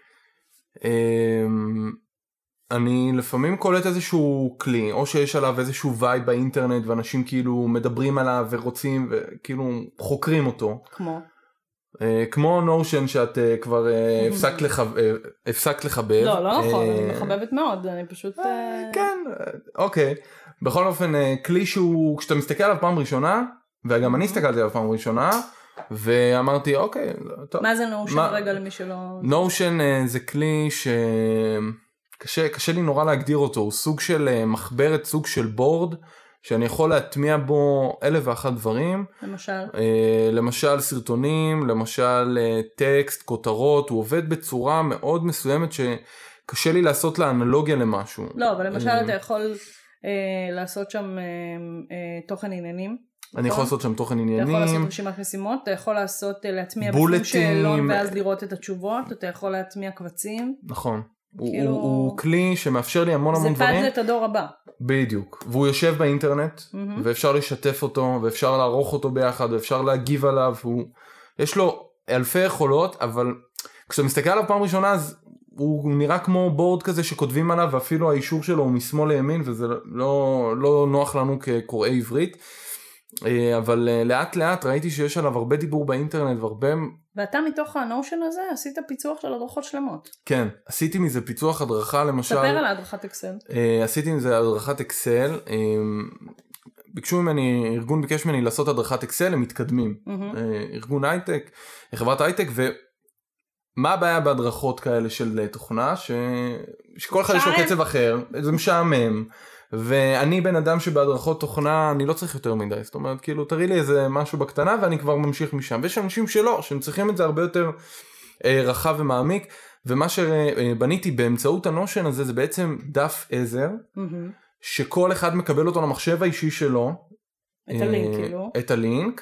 אני לפעמים קולט איזשהו כלי, או שיש עליו איזשהו וייב באינטרנט, ואנשים כאילו מדברים עליו ורוצים, וכאילו חוקרים אותו. כמו נושן שאת כבר הפסקת לחבב. לא נכון, אני מחבבת מאוד, אני פשוט... כן, אוקיי. בכל אופן, כלי שהוא, כשאתה מסתכל עליו פעם ראשונה, וגם אני הסתכלתי עליו פעם ראשונה, ואמרתי, אוקיי, טוב. מה זה נושן רגע למי שלא... נושן זה כלי שקשה לי נורא להגדיר אותו, הוא סוג של מחברת, סוג של בורד, שאני יכול להטמיע בו 1,001 דברים. למשל סרטונים, למשל טקסט, כותרות, הוא עובד בצורה מאוד מסוימת שקשה לי לעשות לה אנלוגיה למשהו. לא, אבל למשל אתה יכול לעשות שם תוכן עניינים. אני יכול לעשות שם תוכן עניינים. אתה יכול לעשות רשימת משימות, אתה יכול להטמיע בפנים שאלון ואז לראות את התשובות, אתה יכול להטמיע קבצים. נכון. הוא כלי שמאפשר לי המון דברים. זה פאדלט הדור הבא. בדיוק. והוא יושב באינטרנט, ואפשר לשתף אותו, ואפשר לערוך אותו ביחד, ואפשר להגיב עליו. יש לו אלפי יכולות, אבל כשאתה מסתכל עליו פעם ראשונה, אז הוא נראה כמו בורד כזה שכותבים עליו, ואפילו האישור שלו הוא משמאל לימין, וזה לא נוח לנו כקוראי עברית. אבל לאט לאט ראיתי שיש עליו הרבה דיבור באינטרנט והרבה... ואתה מתוך הנושן הזה עשית פיצוח של הדרכות שלמות. כן, עשיתי מזה פיצוח הדרכה למשל... ספר על הדרכת אקסל. עשיתי מזה הדרכת אקסל, ביקשו ממני, ארגון ביקש ממני לעשות הדרכת אקסל, הם מתקדמים. ארגון הייטק, חברת הייטק, ומה הבעיה בהדרכות כאלה של תוכנה? שכל אחד יש לו קצב אחר, זה משעמם. ואני בן אדם שבהדרכות תוכנה אני לא צריך יותר מדי, זאת אומרת כאילו תראי לי איזה משהו בקטנה ואני כבר ממשיך משם, ויש אנשים שלא, שהם צריכים את זה הרבה יותר רחב ומעמיק, ומה שבניתי באמצעות הנושן הזה זה בעצם דף עזר, שכל אחד מקבל אותו למחשב האישי שלו, את הלינק כאילו, את הלינק,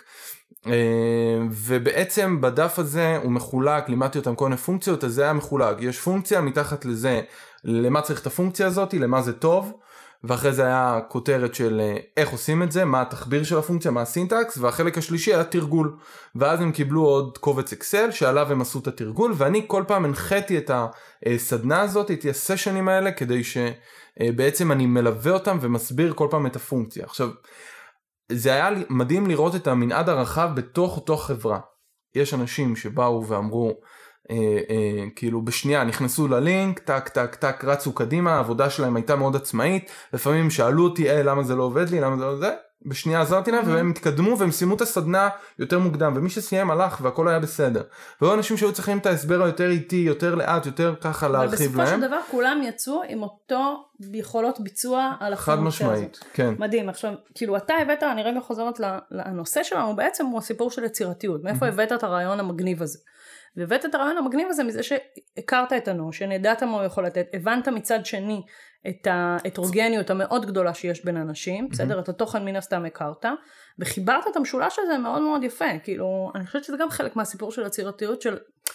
ובעצם בדף הזה הוא מחולק, לימדתי אותם כל מיני פונקציות, אז זה היה מחולק, יש פונקציה מתחת לזה, למה צריך את הפונקציה הזאת, למה זה טוב, ואחרי זה היה כותרת של איך עושים את זה, מה התחביר של הפונקציה, מה הסינטקס, והחלק השלישי היה תרגול, ואז הם קיבלו עוד קובץ אקסל שעליו הם עשו את התרגול, ואני כל פעם הנחיתי את הסדנה הזאת, את הסשנים האלה, כדי שבעצם אני מלווה אותם ומסביר כל פעם את הפונקציה. עכשיו, זה היה מדהים לראות את המנעד הרחב בתוך אותו חברה. יש אנשים שבאו ואמרו, כאילו בשנייה נכנסו ללינק, טק טק טק רצו קדימה, העבודה שלהם הייתה מאוד עצמאית, לפעמים שאלו אותי למה זה לא עובד לי, למה זה לא זה, בשנייה עזרתי להם והם התקדמו והם סיימו את הסדנה יותר מוקדם, ומי שסיים הלך והכל היה בסדר. והיו אנשים שהיו צריכים את ההסבר היותר איטי, יותר לאט, יותר ככה להרחיב להם. אבל בסופו של דבר כולם יצאו עם אותו יכולות ביצוע על חד משמעית, כן. מדהים. עכשיו, כאילו אתה הבאת, אני רגע חוזרת לנושא שלנו, בעצם הוא הסיפור של יצירתיות, מאיפה הבאת את הרעיון המגניב הזה? והבאת את הרעיון המגניב הזה מזה שהכרת את הנושן, ידעת מה הוא יכול לתת, הבנת מצד שני את ההטרוגניות המאוד גדולה שיש בין אנשים, בסדר? את התוכן מן הסתם הכרת, וחיברת את המשולש הזה מאוד מאוד יפה, כאילו, אני חושבת שזה גם חלק מהסיפור של יצירתיות של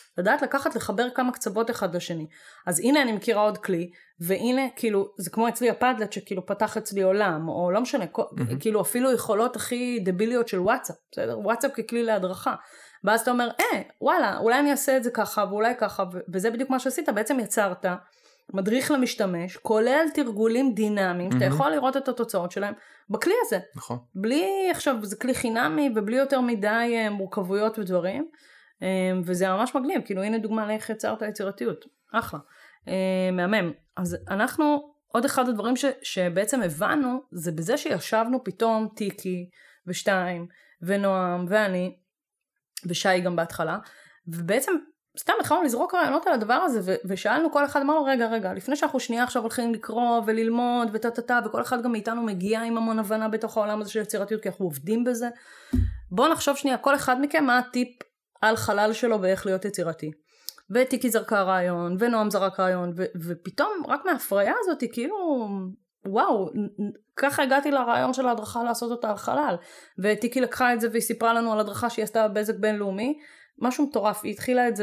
לדעת לקחת, לחבר כמה קצוות אחד לשני. אז הנה אני מכירה עוד כלי, והנה כאילו, זה כמו אצלי הפדלט שכאילו פתח אצלי עולם, או לא משנה, כאילו אפילו יכולות הכי דביליות של וואטסאפ, בסדר? וואטסאפ ככלי להדרכה. ואז אתה אומר, וואלה, אולי אני אעשה את זה ככה, ואולי ככה, וזה בדיוק מה שעשית, בעצם יצרת מדריך למשתמש, כולל תרגולים דינמיים, שאתה יכול לראות את התוצאות שלהם בכלי הזה. נכון. בלי, עכשיו, זה כלי חינמי, ובלי יותר מדי מורכבויות ודברים, וזה ממש מגניב, כאילו הנה דוגמה לאיך יצרת יצירתיות, אחלה, מהמם. אז אנחנו, עוד אחד הדברים שבעצם הבנו, זה בזה שישבנו פתאום טיקי, ושתיים, ונועם, ואני, ושי גם בהתחלה, ובעצם סתם התחלנו לזרוק רעיונות על הדבר הזה, ושאלנו כל אחד, אמרנו רגע, לפני שאנחנו שנייה עכשיו הולכים לקרוא וללמוד וטטטה, וכל אחד גם מאיתנו מגיע עם המון הבנה בתוך העולם הזה של יצירתיות, כי אנחנו עובדים בזה, בואו נחשוב שנייה, כל אחד מכם מה הטיפ על חלל שלו ואיך להיות יצירתי. וטיקי זרקה רעיון, ונועם זרק רעיון, ופתאום רק מההפריה הזאת, כאילו, וואו, ככה הגעתי לרעיון של ההדרכה לעשות אותה על חלל, וטיקי לקחה את זה והיא סיפרה לנו על הדרכה שהיא עשתה בבזק בינלאומי, משהו מטורף, היא התחילה את זה,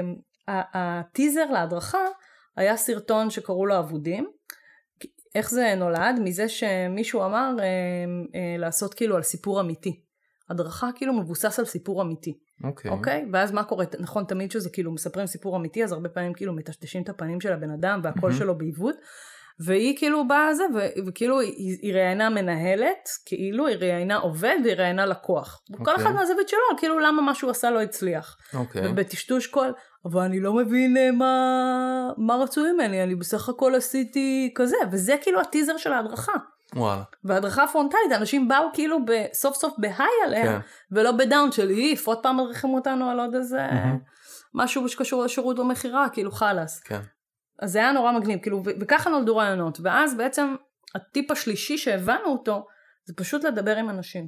הטיזר להדרכה היה סרטון שקראו לו אבודים, איך זה נולד? מזה שמישהו אמר לעשות כאילו על סיפור אמיתי, הדרכה כאילו מבוסס על סיפור אמיתי. אוקיי? ואז מה קורה? נכון, תמיד שזה כאילו מספרים סיפור אמיתי, אז הרבה פעמים כאילו מטשטשים את הפנים של הבן אדם, והקול שלו בעיוות, והיא כאילו באה זה, וכאילו היא ראיינה מנהלת, כאילו היא ראיינה עובד, והיא ראיינה לקוח. כל אחד מהזווית שלו, כאילו למה מה שהוא עשה לא הצליח. ובטשטוש קול, אבל אני לא מבין מה רצו ממני, אני בסך הכל עשיתי כזה, וזה כאילו הטיזר של ההדרכה. וההדרכה הפרונטלית, אנשים באו כאילו סוף סוף בהיי עליה, ולא בדאון של איף, עוד פעם מדריכים אותנו על עוד איזה משהו שקשור לשירות או מחירה, כאילו חלס. אז זה היה נורא מגניב, כאילו, וככה נולדו רעיונות, ואז בעצם הטיפ השלישי שהבנו אותו, זה פשוט לדבר עם אנשים,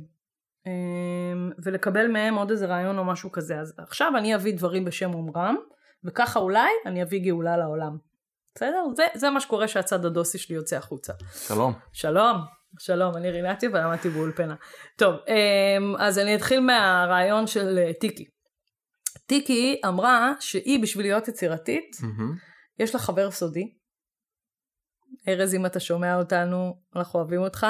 ולקבל מהם עוד איזה רעיון או משהו כזה. אז עכשיו אני אביא דברים בשם אומרם, וככה אולי אני אביא גאולה לעולם. בסדר? זה מה שקורה שהצד הדוסי שלי יוצא החוצה. שלום. שלום, אני רינתי ולמדתי באולפנה. טוב, אז אני אתחיל מהרעיון של טיקי. טיקי אמרה שהיא בשביל להיות יצירתית, יש לה חבר סודי, ארז אם אתה שומע אותנו, אנחנו אוהבים אותך,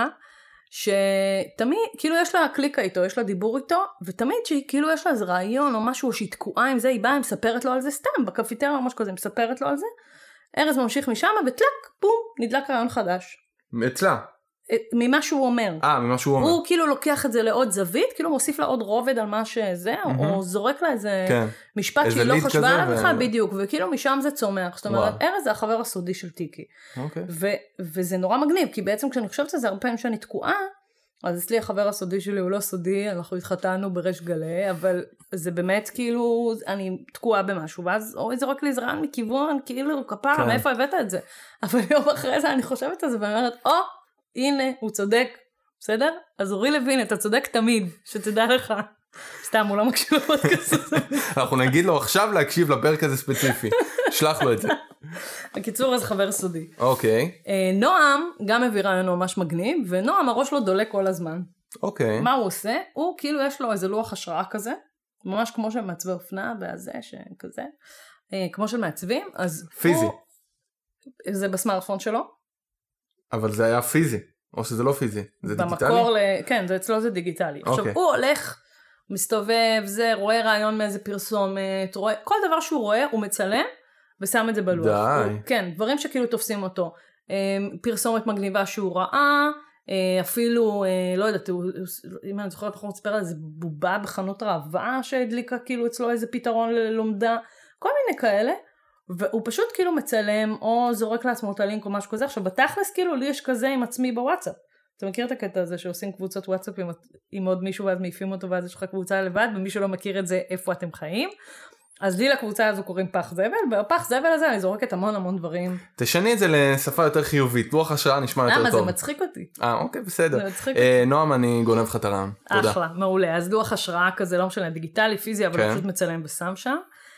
שתמיד, כאילו יש לה קליקה איתו, יש לה דיבור איתו, ותמיד שהיא כאילו יש לה איזה רעיון או משהו שהיא תקועה עם זה, היא באה, מספרת לו על זה סתם, בקפיטריה או משהו כזה, מספרת לו על זה, ארז ממשיך משם, וטלק, בום, נדלק רעיון חדש. אצלה. ממה שהוא אומר. ממה שהוא אומר. הוא כאילו לוקח את זה לעוד זווית, כאילו מוסיף לה עוד רובד על מה שזה, או זורק לה איזה משפט שהיא לא חשבה עליו בכלל, בדיוק, וכאילו משם זה צומח. זאת אומרת, ארז זה החבר הסודי של טיקי. וזה נורא מגניב, כי בעצם כשאני חושבת על זה הרבה פעמים שאני תקועה, אז אצלי החבר הסודי שלי הוא לא סודי, אנחנו התחתנו בריש גלי, אבל זה באמת כאילו, אני תקועה במשהו, ואז אוי זורק לי איזה רעיון מכיוון, כאילו כפרה, מאיפה הבאת את זה? אבל יום אחרי זה אני חושבת על זה, ואני אומרת, הנה, הוא צודק, בסדר? אז אורי לוין, אתה צודק תמיד, שתדע לך. סתם, הוא לא מקשיב לפודקאסט הזה. אנחנו נגיד לו עכשיו להקשיב לפרק הזה ספציפי. שלח לו את זה. בקיצור, אז חבר סודי. אוקיי. נועם גם הביא רעיון ממש מגניב, ונועם הראש לו דולק כל הזמן. אוקיי. מה הוא עושה? הוא כאילו יש לו איזה לוח השראה כזה, ממש כמו של מעצבי אופנה, והזה שכזה, כמו של מעצבים, אז פיזי. זה בסמארטפון שלו. אבל זה היה פיזי, או שזה לא פיזי, זה דיגיטלי? כן, אצלו זה דיגיטלי. עכשיו, הוא הולך, מסתובב, זה, רואה רעיון מאיזה פרסומת, רואה, כל דבר שהוא רואה, הוא מצלם, ושם את זה בלוח. די. כן, דברים שכאילו תופסים אותו. פרסומת מגניבה שהוא ראה, אפילו, לא יודעת, אם אני זוכרת, אנחנו נספר על איזה בובה בחנות ראווה, שהדליקה כאילו אצלו איזה פתרון ללומדה, כל מיני כאלה. והוא פשוט כאילו מצלם, או זורק לעצמו את הלינק או משהו כזה. עכשיו, בתכלס כאילו לי יש כזה עם עצמי בוואטסאפ. אתה מכיר את הקטע הזה שעושים קבוצות וואטסאפ עם עוד מישהו, ואז מעיפים אותו, ואז יש לך קבוצה לבד, ומי שלא מכיר את זה, איפה אתם חיים. אז לי לקבוצה הזו קוראים פח זבל, ובפח זבל הזה אני זורקת המון דברים. תשני את זה לשפה יותר חיובית, לוח השראה נשמע יותר טוב. למה? זה מצחיק אותי. אוקיי, בסדר. נועם, אני גונב לך את הרעיון. תודה. אחלה, מעולה. אז לוח השראה כזה, לא משנה, דיגיטלי, פיזי, אבל פשוט מצלם ושם שם.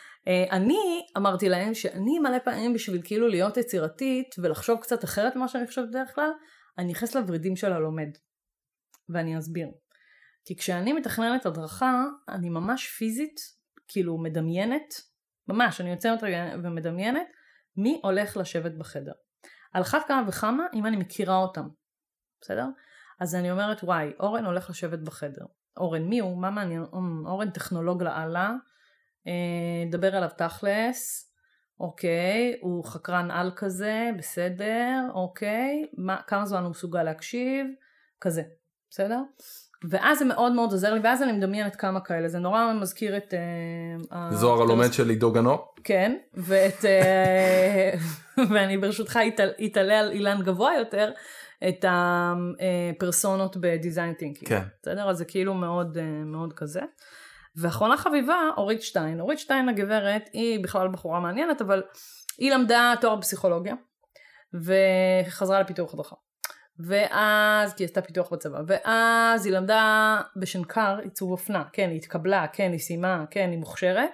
אני אמרתי להם שאני מלא פעמים בשביל כאילו להיות יצירתית ולחשוב קצת אחרת ממה שאני חושבת בדרך כלל, אני נכנס לורידים של הלומד. ואני אסביר. כי כשאני מתכננת הדרכה, אני ממש פיזית, כאילו מדמיינת ממש, אני יוצאת ומדמיינת מי הולך לשבת בחדר. על אחת כמה וכמה אם אני מכירה אותם, בסדר? אז אני אומרת, וואי, אורן הולך לשבת בחדר. אורן מי הוא? מה מעניין? אורן טכנולוג לעלה, דבר עליו תכלס, אוקיי, הוא חקרן על כזה, בסדר, אוקיי, כמה זמן הוא מסוגל להקשיב, כזה, בסדר? ואז זה מאוד מאוד עוזר לי, ואז אני מדמיינת כמה כאלה, זה נורא מזכיר את... זוהר הלומד של עידו גנו? כן, ואני ברשותך אתעלה על אילן גבוה יותר, את הפרסונות בדיזיין טינקינג. כן. בסדר? אז זה כאילו מאוד מאוד כזה. ואחרונה חביבה, אורית שטיין. אורית שטיין הגברת, היא בכלל בחורה מעניינת, אבל היא למדה תואר בפסיכולוגיה, וחזרה לפיתוח הדרכה. ואז, כי היא עשתה פיתוח בצבא, ואז היא למדה בשנקר עיצוב אופנה, כן, היא התקבלה, כן, היא סיימה, כן, היא מוכשרת,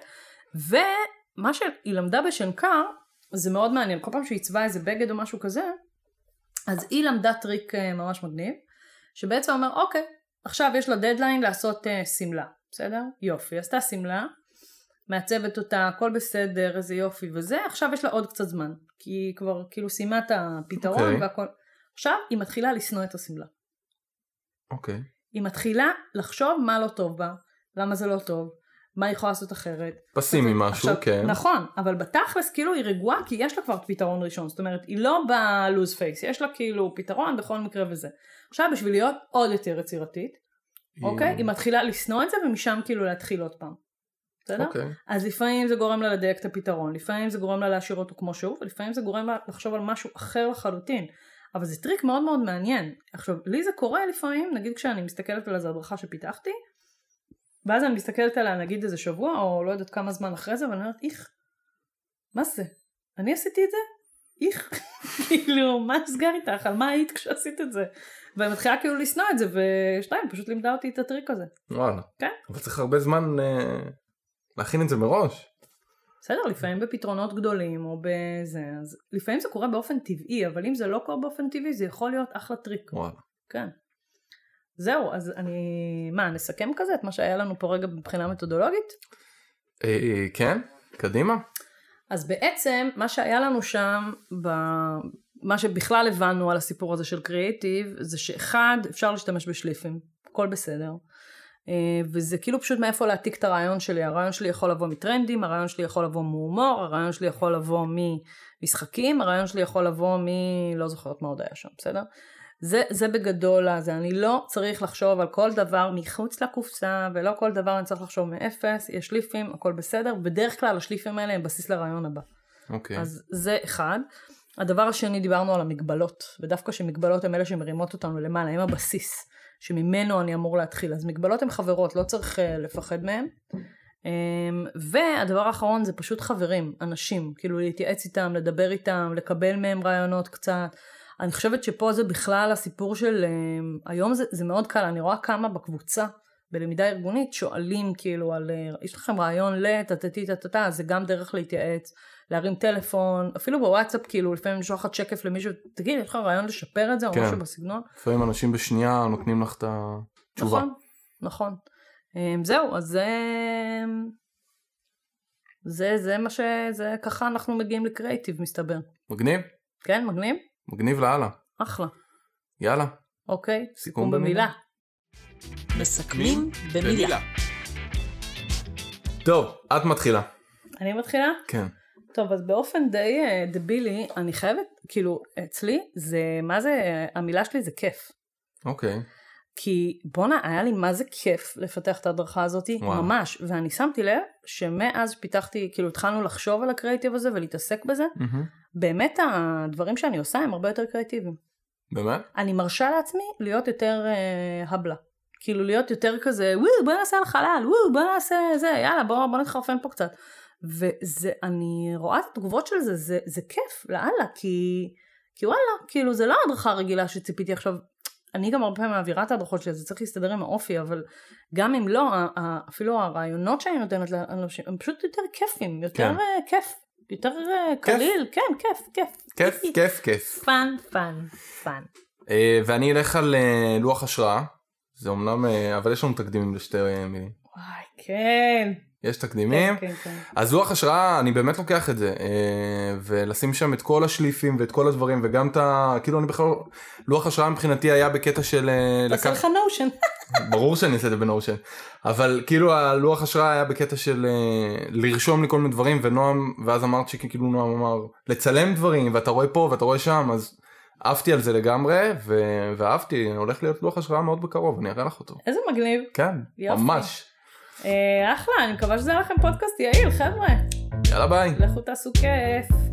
ומה שהיא למדה בשנקר, זה מאוד מעניין, כל פעם שהיא עיצבה איזה בגד או משהו כזה, אז היא למדה טריק ממש מגניב, שבעצם אומר, אוקיי, עכשיו יש לה דדליין לעשות סמלה, בסדר? יופי, עשתה סמלה, מעצבת אותה, הכל בסדר, איזה יופי וזה, עכשיו יש לה עוד קצת זמן, כי היא כבר כאילו סיימה את הפתרון והכל. עכשיו היא מתחילה לסנוע את הסמלה. אוקיי. היא מתחילה לחשוב מה לא טוב בה, למה זה לא טוב, מה היא יכולה לעשות אחרת. פסימי משהו, כן. נכון, אבל בתכלס כאילו היא רגועה, כי יש לה כבר פתרון ראשון, זאת אומרת, היא לא בלוז פייס, יש לה כאילו פתרון בכל מקרה וזה. עכשיו בשביל להיות עוד יותר יצירתית, אוקיי? היא מתחילה לסנוע את זה, ומשם כאילו להתחיל עוד פעם. בסדר? אז לפעמים זה גורם לה לדייק את הפתרון, לפעמים זה גורם לה להשאיר אותו כמו שהוא, ולפעמים זה גורם לה לחשוב על משהו אחר לחלוטין. אבל זה טריק מאוד מאוד מעניין. עכשיו, לי זה קורה לפעמים, נגיד כשאני מסתכלת על איזו הדרכה שפיתחתי, ואז אני מסתכלת עליה נגיד איזה שבוע, או לא יודעת כמה זמן אחרי זה, ואני אומרת, איך, מה זה? אני עשיתי את זה? איך, כאילו, מה נסגר איתך? על מה היית כשעשית את זה? ואני מתחילה כאילו לסנוע את זה, ושתיים, פשוט לימדה אותי את הטריק הזה. וואלה. כן? אבל צריך הרבה זמן להכין את זה מראש. בסדר, לפעמים בפתרונות גדולים או בזה, אז לפעמים זה קורה באופן טבעי, אבל אם זה לא קורה באופן טבעי, זה יכול להיות אחלה טריק. וואלה. כן. זהו, אז נסכם כזה את מה שהיה לנו פה רגע מבחינה מתודולוגית? כן, קדימה. אז בעצם מה שהיה לנו שם, מה שבכלל הבנו על הסיפור הזה של קריאיטיב, זה שאחד, אפשר להשתמש בשליפים, הכל בסדר. וזה כאילו פשוט מאיפה להעתיק את הרעיון שלי. הרעיון שלי יכול לבוא מטרנדים, הרעיון שלי יכול לבוא מהומור, הרעיון שלי יכול לבוא ממשחקים, הרעיון שלי יכול לבוא לא זוכרת מה עוד היה שם, בסדר? זה בגדול הזה. אני לא צריך לחשוב על כל דבר מחוץ לקופסה, ולא כל דבר אני צריך לחשוב מאפס, יש שליפים, הכל בסדר, בדרך כלל השליפים האלה הם בסיס לרעיון הבא. אוקיי. אז זה אחד. הדבר השני, דיברנו על המגבלות, ודווקא שמגבלות הן אלה שמרימות אותנו למעלה, הם הבסיס. שממנו אני אמור להתחיל. אז מגבלות הן חברות, לא צריך לפחד מהן. והדבר האחרון זה פשוט חברים, אנשים, כאילו להתייעץ איתם, לדבר איתם, לקבל מהם רעיונות קצת. אני חושבת שפה זה בכלל הסיפור של, היום זה מאוד קל, אני רואה כמה בקבוצה, בלמידה ארגונית, שואלים כאילו על, יש לכם רעיון לטטטטטטטטט, זה גם דרך להתייעץ, להרים טלפון, אפילו בוואטסאפ, כאילו לפעמים לשלוח שקף למישהו, תגיד, יש לך רעיון לשפר את זה, או משהו בסגנון? לפעמים אנשים בשנייה נותנים לך את התשובה. נכון, נכון. זהו, אז זה מה זה ככה אנחנו מגיעים לקריאיטיב, מסתבר. מגניב? כן, מגניב? מגניב לאללה. אחלה. יאללה. אוקיי, סיכום במילה. מסכמים במילה. טוב, את מתחילה. אני מתחילה? כן. טוב, אז באופן די דבילי, אני חייבת, כאילו, אצלי, מה זה, המילה שלי זה כיף. אוקיי. כי בונה, היה לי מה זה כיף לפתח את ההדרכה הזאת, ממש, ואני שמתי לב שמאז פיתחתי, כאילו התחלנו לחשוב על הקריאיטיב הזה ולהתעסק בזה, באמת הדברים שאני עושה הם הרבה יותר קריאיטיביים. באמת? אני מרשה לעצמי להיות יותר הבלה. כאילו להיות יותר כזה, בוא נעשה על חלל, בוא נעשה זה, יאללה, בוא נתחרפן פה קצת. וזה, אני רואה את התגובות של זה, זה כיף, לאללה, כי וואלה, כאילו זה לא הדרכה רגילה שציפיתי עכשיו, אני גם הרבה פעמים מעבירה את ההדרכות שלי, זה צריך להסתדר עם האופי, אבל גם אם לא, אפילו הרעיונות שאני נותנת לאנשים, הם פשוט יותר כיפים, יותר כיף, יותר קליל, כן, כיף. פן. ואני אלך על לוח השראה, זה אומנם, אבל יש לנו תקדימים לשתי מילים. וואי, כן. יש תקדימים. כן. אז לוח השראה, אני באמת לוקח את זה, ולשים שם את כל השליפים ואת כל הדברים, וגם את כאילו אני בכלל, לוח השראה מבחינתי היה בקטע של... תעשה לך נושן. ברור שאני אעשה את זה בנושן, אבל כאילו הלוח השראה היה בקטע של לרשום לי כל מיני דברים, ונועם, ואז אמרת שכאילו נועם אמר, לצלם דברים, ואתה רואה פה ואתה רואה שם, אז אהבתי על זה לגמרי, ואהבתי, הולך להיות לוח השראה מאוד בקרוב, אני אראה לך אותו. איזה מגניב. כן, ממש. אחלה, אני מקווה שזה היה לכם פודקאסט יעיל, חבר'ה. יאללה ביי. לכו תעשו כיף.